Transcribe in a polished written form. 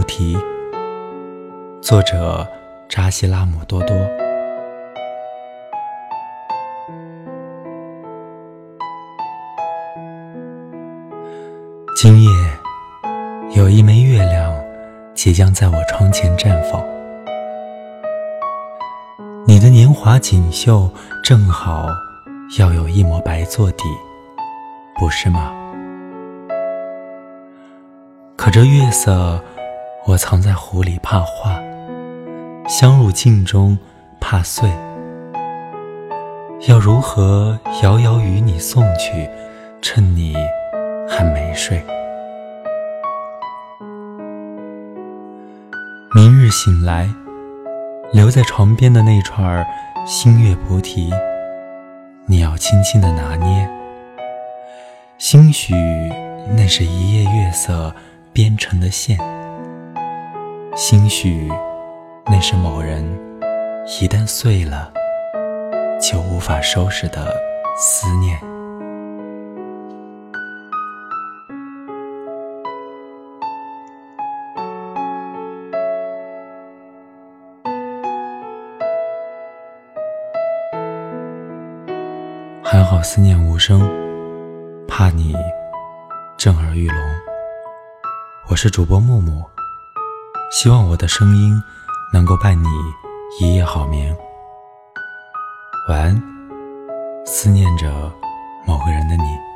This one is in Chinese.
提》，作者扎西拉姆多多。今夜有一枚月亮即将在我窗前绽放，你的年华锦绣正好要有一抹白做底，不是吗？可这月色我藏在壶里怕化，镶入镜中怕碎，要如何遥遥与你送去，趁你还没睡。明日醒来，留在床边的那串星月菩提，你要轻轻地拿捏，兴许那是一夜月色编成的线，兴许那是某人一旦碎了就无法收拾的思念。还好思念无声，怕你震耳欲聋。我是主播木木，希望我的声音能够伴你一夜好眠。晚安，思念着某个人的你。